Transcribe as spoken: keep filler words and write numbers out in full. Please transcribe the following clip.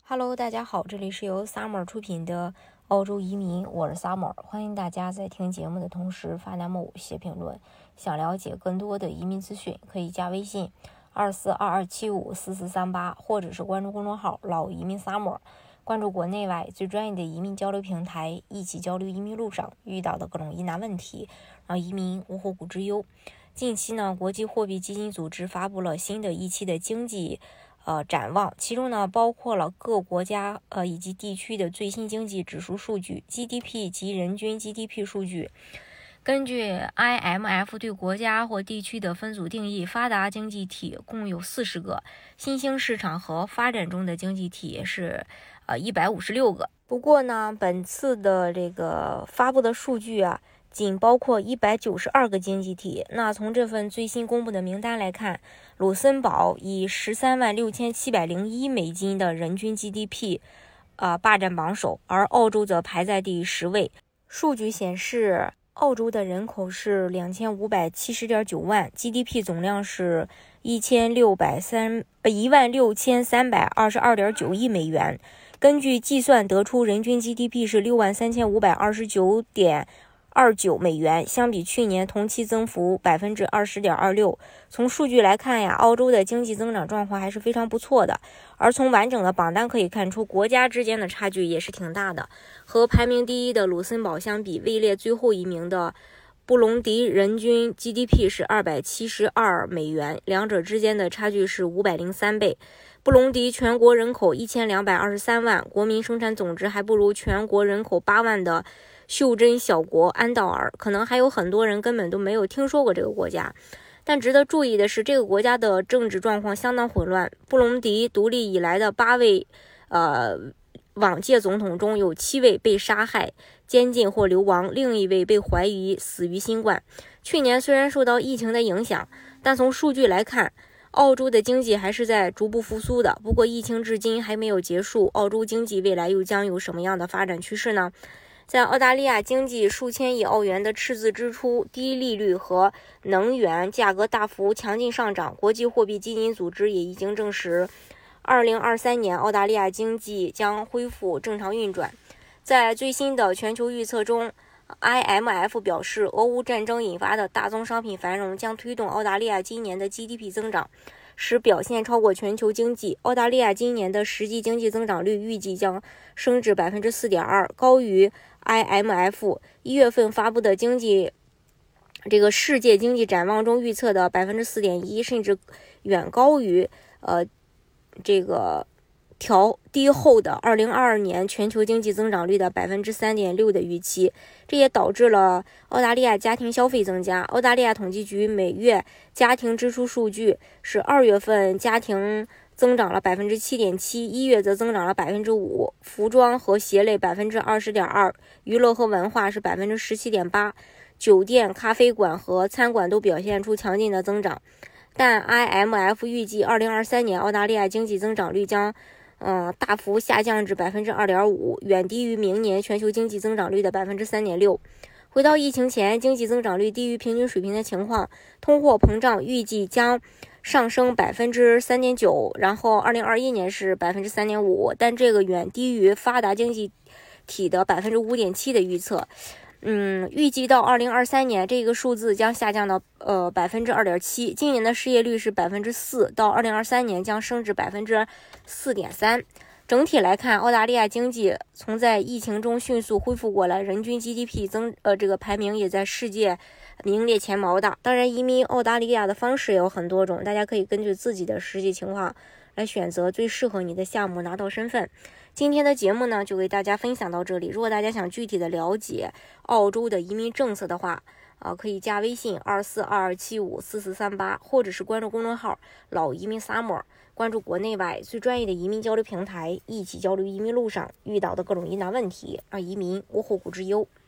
Hello， 大家好，这里是由 Summer 出品的澳洲移民，我是 Summer， 欢迎大家在听节目的同时发弹幕、写评论。想了解更多的移民资讯，可以加微信二四二二七五四四三八，或者是关注公众号老移民 Summer， 关注国内外最专业的移民交流平台，一起交流移民路上遇到的各种疑难问题，让移民无后顾之忧。近期呢，国际货币基金组织发布了新的一期的经济呃，展望，其中呢包括了各国家呃以及地区的最新经济指数数据、G D P 及人均 G D P 数据。根据 I M F 对国家或地区的分组定义，发达经济体共有四十个，新兴市场和发展中的经济体是呃一百五十六个。不过呢，本次的这个发布的数据啊，仅包括一百九十二个经济体。那从这份最新公布的名单来看，卢森堡以十三万六千七百零一美金的人均 G D P 呃霸占榜首，而澳洲则排在第十位。数据显示，澳洲的人口是两千五百七十点九万 ，G D P 总量是一千六百三呃一万六千三百二十二点九亿美元。根据计算得出，人均 G D P 是六万三千五百二十九点二九美元，相比去年同期增幅 百分之二十点二六。从数据来看呀，澳洲的经济增长状况还是非常不错的。而从完整的榜单可以看出，国家之间的差距也是挺大的。和排名第一的卢森堡相比，位列最后一名的布隆迪人均 G D P 是二百七十二美元，两者之间的差距是五百零三倍。布隆迪全国人口一千两百二十三万，国民生产总值还不如全国人口八万的袖珍小国安道尔，可能还有很多人根本都没有听说过这个国家。但值得注意的是，这个国家的政治状况相当混乱。布隆迪独立以来的八位呃往届总统中有七位被杀害、监禁或流亡，另一位被怀疑死于新冠。去年虽然受到疫情的影响，但从数据来看，澳洲的经济还是在逐步复苏的。不过疫情至今还没有结束，澳洲经济未来又将有什么样的发展趋势呢？在澳大利亚，经济数千亿澳元的赤字支出、低利率和能源价格大幅强劲上涨。国际货币基金组织也已经证实，二零二三年澳大利亚经济将恢复正常运转。在最新的全球预测中， I M F 表示，俄乌战争引发的大宗商品繁荣将推动澳大利亚今年的 G D P 增长，使表现超过全球经济。澳大利亚今年的实际经济增长率预计将升至 百分之四点二， 高于 I M F 一月份发布的经济这个世界经济展望中预测的 百分之四点一， 甚至远高于呃这个调低后的二零二二年全球经济增长率的 百分之三点六 的预期。这也导致了澳大利亚家庭消费增加。澳大利亚统计局每月家庭支出数据是二月份家庭增长了 百分之七点七， 一月则增长了 百分之五， 服装和鞋类 百分之二十点二， 娱乐和文化是 百分之十七点八， 酒店、咖啡馆和餐馆都表现出强劲的增长。但 I M F 预计二零二三年澳大利亚经济增长率将嗯，大幅下降至 百分之二点五， 远低于明年全球经济增长率的 百分之三点六。 回到疫情前经济增长率低于平均水平的情况，通货膨胀预计将上升 百分之三点九， 然后二零二一年是 百分之三点五， 但这个远低于发达经济体的 百分之五点七 的预测。嗯，预计到二零二三年，这个数字将下降到呃 百分之二点七。今年的失业率是 百分之四， 到二零二三年将升至 百分之四点三。整体来看，澳大利亚经济从在疫情中迅速恢复过来，人均 G D P 增呃这个排名也在世界名列前茅的。当然，移民澳大利亚的方式也有很多种，大家可以根据自己的实际情况来选择最适合你的项目，拿到身份。今天的节目呢，就给大家分享到这里。如果大家想具体的了解澳洲的移民政策的话，啊，可以加微信二四二二七五四四三八，或者是关注公众号老移民 Summer， 关注国内外最专业的移民交流平台，一起交流移民路上遇到的各种疑难问题，让移民无后顾之忧。